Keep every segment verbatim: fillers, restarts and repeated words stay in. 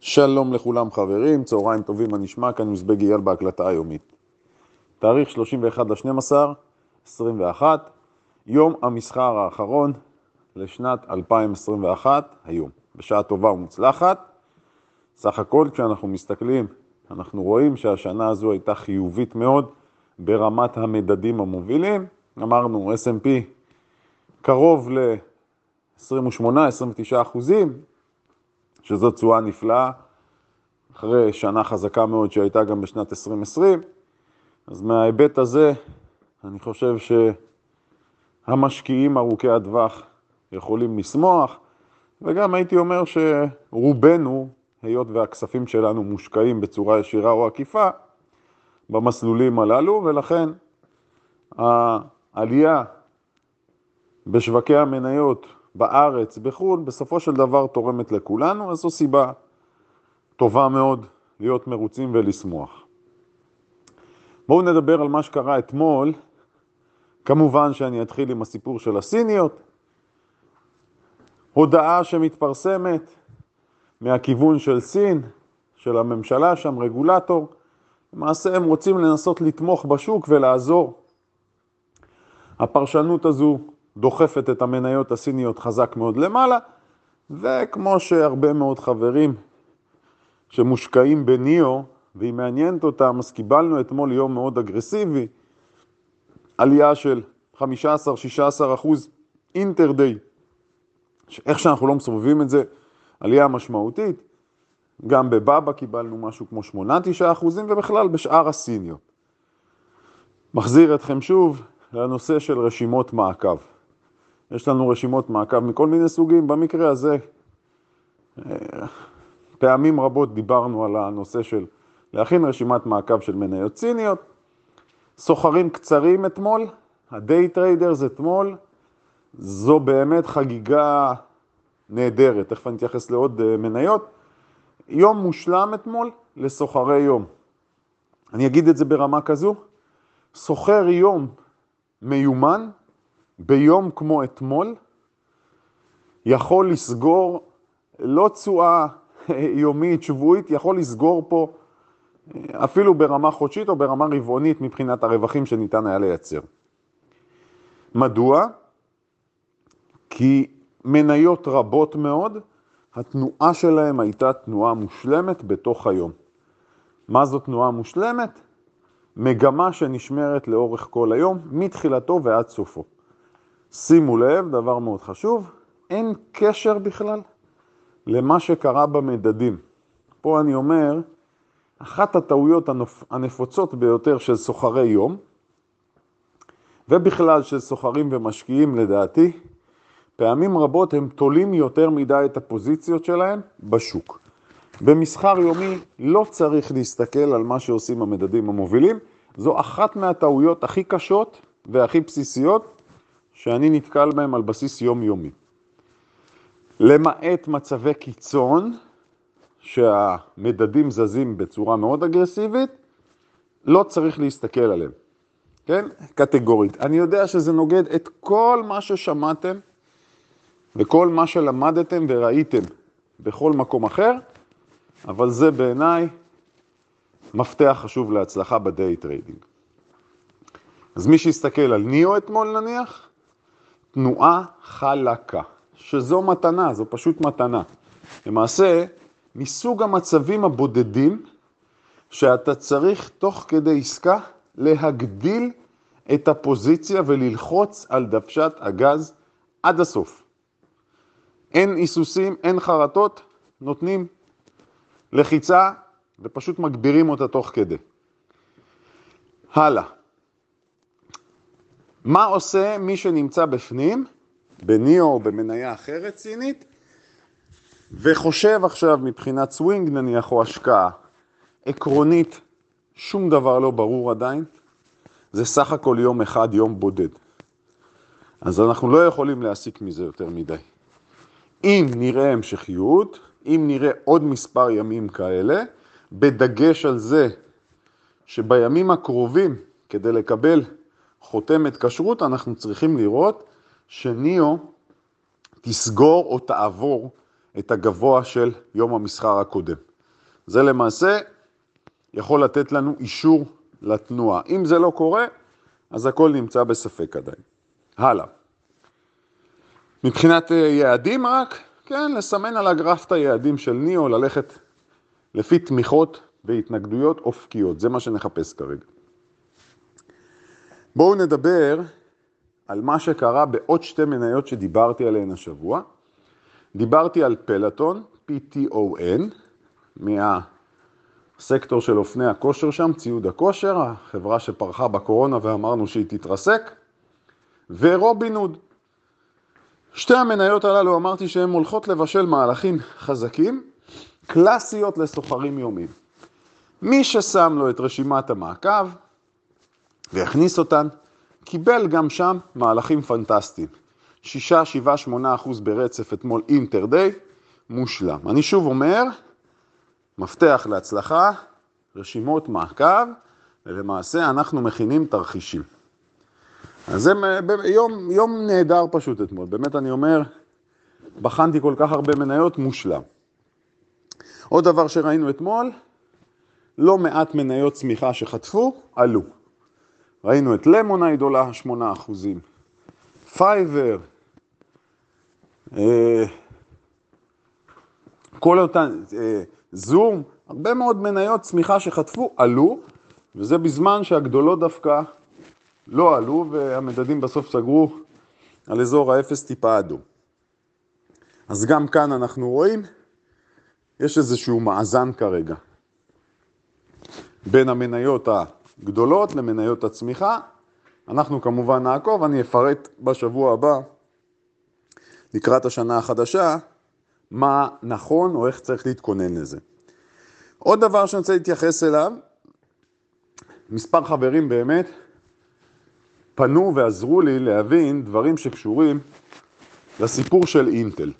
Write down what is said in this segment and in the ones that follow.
שלום לכולם חברים, צהריים טובים, מה נשמע? כאן מזבג אייל בהקלטה היומית. תאריך שלושים ואחד לשנים עשר עשרים ואחת, יום המסחר האחרון לשנת אלפיים עשרים ואחת, היום. בשעה טובה ומוצלחת. סך הכל כשאנחנו מסתכלים, אנחנו רואים שהשנה הזו הייתה חיובית מאוד ברמת המדדים המובילים. אמרנו אס אנד פי קרוב ל-עשרים ושמונה עד עשרים ותשעה אחוזים, שזו תשואה נפלאה, אחרי שנה חזקה מאוד שהייתה גם בשנת עשרים עשרים. אז מההיבט הזה, אני חושב שהמשקיעים ארוכי הטווח יכולים לשמוח, וגם הייתי אומר שרובנו, היות והכספים שלנו מושקעים בצורה ישירה או עקיפה, במסלולים הללו, ולכן העלייה בשווקי המניות בארץ, בחו"ל, בסופו של דבר תורמת לכולנו, אז זו סיבה טובה מאוד להיות מרוצים ולשמוח. בואו נדבר על מה שקרה אתמול. כמובן שאני אתחיל עם הסיפור של הסיניות. הודעה שמתפרסמת מהכיוון של סין, של הממשלה שם, רגולטור. למעשה הם רוצים לנסות לתמוך בשוק ולעזור. הפרשנות הזו דוחפת את המניות הסיניות חזק מאוד למעלה, וכמו שהרבה מאוד חברים שמושקעים בניאו, והיא מעניינת אותם, אז קיבלנו אתמול יום מאוד אגרסיבי, עלייה של חמישה עשר שישה עשר אחוז אינטרדיי, איך שאנחנו לא מסובבים את זה, עלייה משמעותית. גם בבאבא קיבלנו משהו כמו שמונה תשעה אחוזים, ובכלל בשאר הסיניות. מחזיר אתכם שוב לנושא של רשימות מעקב. יש לנו רשימות מעקב מכל מיני סוגים. במקרה הזה, פעמים רבות דיברנו על הנושא של להכין רשימת מעקב של מניות סיניות. סוחרים קצרים אתמול, הדיי טריידרס אתמול, זו באמת חגיגה נהדרת. תכף אני אתייחס לעוד מניות. יום מושלם אתמול לסוחרי יום. אני אגיד את זה ברמה כזו, סוחר יום מיומן, ביום כמו אתמול, יכול לסגור, לא תשואה יומית, שבועית, יכול לסגור פה אפילו ברמה חודשית או ברמה רבעונית מבחינת הרווחים שניתן היה לייצר. מדוע? כי מניות רבות מאוד, התנועה שלהם הייתה תנועה מושלמת בתוך היום. מה זו תנועה מושלמת? מגמה שנשמרת לאורך כל היום, מתחילתו ועד סופו. שימו לב, דבר מאוד חשוב, אין קשר בכלל למה שקרה במדדים. פה אני אומר, אחת הטעויות הנפוצות ביותר של סוחרי יום, ובכלל של סוחרים ומשקיעים לדעתי, פעמים רבות הם תולים יותר מדי את הפוזיציות שלהם בשוק. במסחר יומי לא צריך להסתכל על מה שעושים המדדים המובילים, זו אחת מהטעויות הכי קשות והכי בסיסיות שאני נתקל בהם על בסיס יומיומי. למעט מצבי קיצון, שהמדדים זזים בצורה מאוד אגרסיבית, לא צריך להסתכל עליהם. כן? קטגורית. אני יודע שזה נוגד את כל מה ששמעתם, וכל מה שלמדתם וראיתם בכל מקום אחר, אבל זה בעיניי מפתח חשוב להצלחה בדיי טריידינג. אז מי שיסתכל על ניאו אתמול נניח, תנועה חלקה, שזו מתנה, זו פשוט מתנה. למעשה, מסוג המצבים הבודדים, שאתה צריך תוך כדי עסקה להגדיל את הפוזיציה וללחוץ על דוושת הגז עד הסוף. אין היסוסים, אין חרטות, נותנים לחיצה ופשוט מגבירים אותה תוך כדי. הלאה. מה עושה מי שנמצא בפנים, בניאו או במניה אחרת סינית, וחושב עכשיו מבחינת סווינג נניח או השקעה, עקרונית שום דבר לא ברור עדיין, זה סך הכל יום אחד, יום בודד. אז אנחנו לא יכולים להסיק מזה יותר מדי. אם נראה המשכיות, אם נראה עוד מספר ימים כאלה, בדגש על זה שבימים הקרובים, כדי לקבל חותמת כשרות, אנחנו צריכים לראות שניאו תסגור או תעבור את הגבוה של יום המסחר הקודם. זה למעשה יכול לתת לנו אישור לתנועה. אם זה לא קורה, אז הכל נמצא בספק עדיין. הלאה. מבחינת יעדים רק, כן, לסמן על הגרף את היעדים של ניאו, ללכת לפי תמיכות והתנגדויות אופקיות. זה מה שנחפש כרגע. בואו נדבר על מה שקרה בעוד שתי מניות שדיברתי עליהן השבוע. דיברתי על פלטון, פי טי או אן, מהסקטור של אופני הכושר שם, ציוד הכושר, החברה שפרחה בקורונה ואמרנו שהיא תתרסק, ורובינהוד. שתי המניות הללו אמרתי שהן הולכות לבשל מהלכים חזקים, קלאסיות לסוחרים יומיים. מי ששם לו את רשימת המעקב והכניס אותן, קיבל גם שם מהלכים פנטסטיים. שישה, שבעה, שמונה אחוז ברצף אתמול אינטרדיי, מושלם. אני שוב אומר, מפתח להצלחה, רשימות מעקב, ולמעשה אנחנו מכינים תרחישים. אז זה יום, יום נהדר פשוט אתמול. באמת אני אומר, בחנתי כל כך הרבה מניות, מושלם. עוד דבר שראינו אתמול, לא מעט מניות צמיחה שחטפו, עלו. ראינו את למונייד עולה שמונה אחוזים, פייבר, אה, כל אותן, אה, זום, הרבה מאוד מניות צמיחה שחטפו, עלו, וזה בזמן שהגדולות דווקא לא עלו, והמדדים בסוף סגרו על אזור האפס טיפה אדום. אז גם כאן אנחנו רואים, יש איזשהו מאזן כרגע, בין המניות הגדולות למניות הצמיחה. אנחנו כמובן נעקוב, אני אפרט בשבוע הבא, לקראת השנה החדשה, מה נכון או איך צריך להתכונן לזה. עוד דבר שאני רוצה להתייחס אליו, מספר חברים באמת פנו ועזרו לי להבין דברים שקשורים לסיפור של אינטל.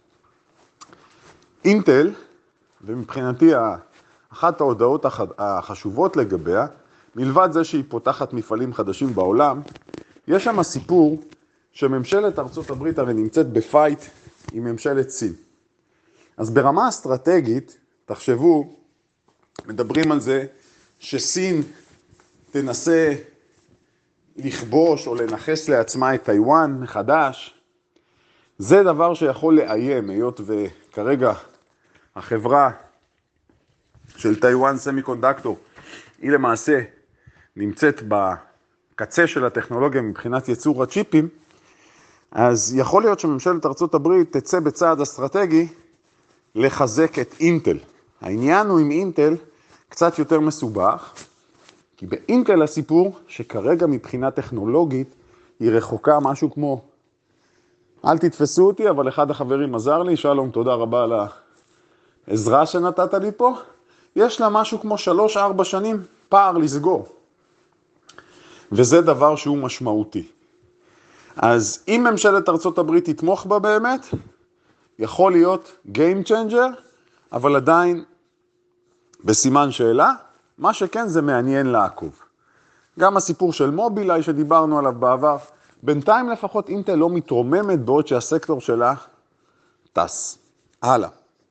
אינטל, ומבחינתי אחת ההודעות החשובות לגביה, מלבד זה שהיא פותחת מפעלים חדשים בעולם, יש שם סיפור שממשלת ארצות הברית הרי נמצאת בפייט עם ממשלת סין. אז ברמה אסטרטגית, תחשבו, מדברים על זה שסין תנסה לכבוש או לנחס לעצמה את טיואן מחדש. זה דבר שיכול לאיים, היות וכרגע החברה של טיואן סמיקונדקטור היא למעשה נמצאת בקצה של הטכנולוגיה מבחינת ייצור הצ'יפים, אז יכול להיות שממשלת ארצות הברית תצא בצעד אסטרטגי לחזק את אינטל. העניין הוא עם אינטל קצת יותר מסובך, כי באינטל הסיפור שכרגע מבחינה טכנולוגית היא רחוקה משהו כמו, אל תתפסו אותי, אבל אחד החברים עזר לי, שלום, תודה רבה על העזרה שנתת לי פה, יש לה משהו כמו שלוש ארבע שנים פער לסגור. וזה דבר שהוא משמעותי. אז אם ממשלת ארצות הברית תתמוך בה באמת, יכול להיות game changer, אבל עדיין בסימן שאלה, מה שכן זה מעניין לעקוב. גם הסיפור של מובילאיי שדיברנו עליו בעבר, בינתיים לפחות אינטל לא מתרוממת בעוד שהסקטור שלה טס. הלאה.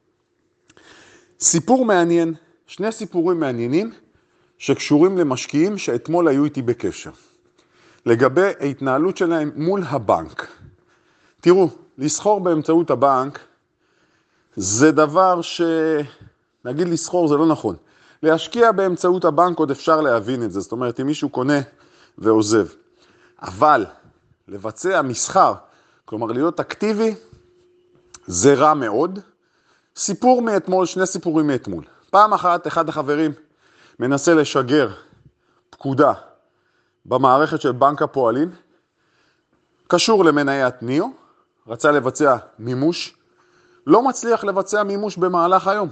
סיפור מעניין, שני סיפורים מעניינים שקשורים למשקיעים שאתמול היו איתי בקשר. לגבי ההתנהלות שלהם מול הבנק. תראו, לסחור באמצעות הבנק זה דבר ש... נגיד לסחור זה לא נכון. להשקיע באמצעות הבנק עוד אפשר להבין את זה. זאת אומרת, אם מישהו קונה ועוזב. אבל לבצע מסחר, כלומר להיות אקטיבי, זה רע מאוד. סיפור מאתמול, שני סיפורים מאתמול. פעם אחת, אחד החברים מנסה לשגר פקודה במערכת של בנק הפועלים, קשור למניית ניאו, רצה לבצע מימוש, לא מצליח לבצע מימוש במהלך היום.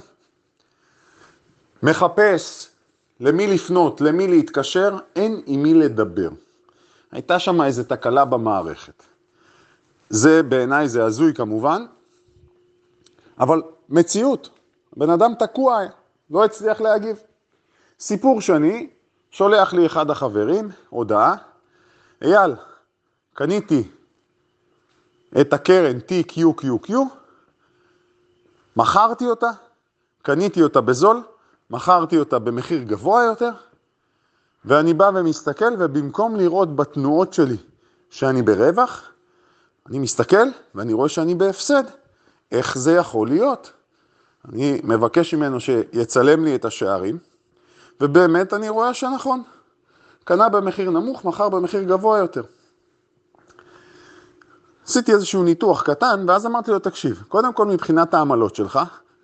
מחפש למי לפנות, למי להתקשר, אין עם מי לדבר. הייתה שם איזו תקלה במערכת. זה בעיניי זה הזוי כמובן, אבל מציאות, בן אדם תקוע, לא הצליח להגיב. סיפור שני, שולח לי אחד החברים, הודעה, אייל, קניתי את הקרן טי קיו קיו קיו, מכרתי אותה, קניתי אותה בזול, מכרתי אותה במחיר גבוה יותר, ואני בא ומסתכל, ובמקום לראות בתנועות שלי שאני ברווח, אני מסתכל ואני רואה שאני בהפסד. איך זה יכול להיות? אני מבקש ממנו שיצלם לי את השערים, ובאמת אני רואה שנכון. קנה במחיר נמוך, מכר במחיר גבוה יותר. עשיתי איזשהו ניתוח קטן, ואז אמרתי לו, תקשיב, קודם כל מבחינת העמלות שלך,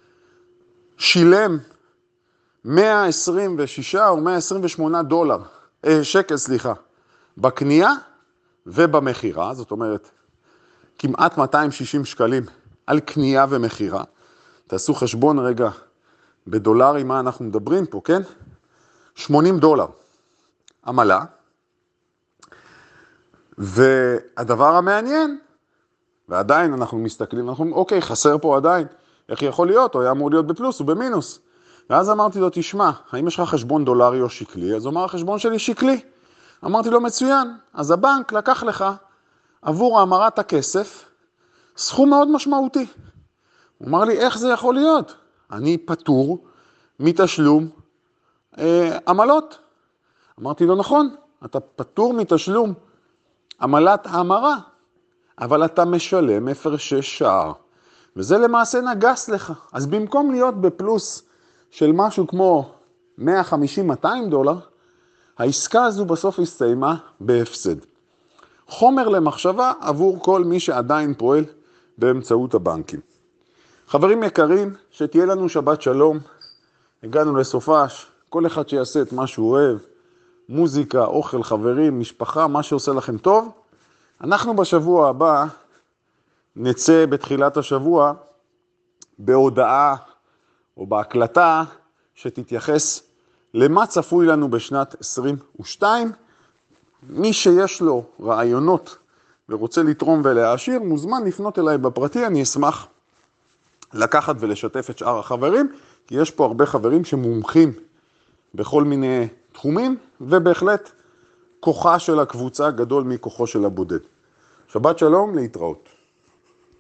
שילם מאה עשרים ושש או מאה עשרים ושמונה דולר, אה, שקל, סליחה, בקנייה ובמחירה, זאת אומרת, כמעט מאתיים ושישים שקלים על קנייה ומחירה. תעשו חשבון רגע בדולרים מה אנחנו מדברים פה, כן? שמונים דולר עמלה. והדבר המעניין, ועדיין אנחנו מסתכלים, אנחנו אומרים, אוקיי, חסר פה עדיין, איך יכול להיות? הוא היה אמור להיות בפלוס, הוא במינוס. ואז אמרתי לו, תשמע, האם יש לך חשבון דולרי או שקלי? אז הוא אמר, החשבון שלי שקלי. אמרתי לו, מצוין. אז הבנק לקח לך עבור האמרת הכסף סכום מאוד משמעותי. הוא אמר לי, איך זה יכול להיות? אני פטור מתשלום אה, עמלות. אמרתי לו, נכון, אתה פטור מתשלום עמלת האמרה, אבל אתה משלם הפרשי שער. וזה למעשה נגס לך. אז במקום להיות בפלוס של משהו כמו מאה חמישים מאתיים דולר, העסקה הזו בסוף הסתיימה בהפסד. חומר למחשבה עבור כל מי שעדיין פועל באמצעות הבנקים. חברים יקרים, שתהיה לנו שבת שלום. הגענו לסופש, כל אחד שיעשה את מה שהוא אוהב, מוזיקה, אוכל, חברים, משפחה, מה שעושה לכם טוב. אנחנו בשבוע הבא נצא בתחילת השבוע בהודעה או בהקלטה שתתייחס למה צפוי לנו בשנת עשרים ושתיים. מי שיש לו רעיונות ורוצה לתרום ולהעשיר, מוזמן לפנות אליי בפרטי, אני אשמח לקחת ולשתף את שאר החברים, כי יש פה הרבה חברים שמומחים בכל מיני תחומים, ובהחלט כוחה של הקבוצה גדול מכוחו של הבודד. שבת שלום, להתראות.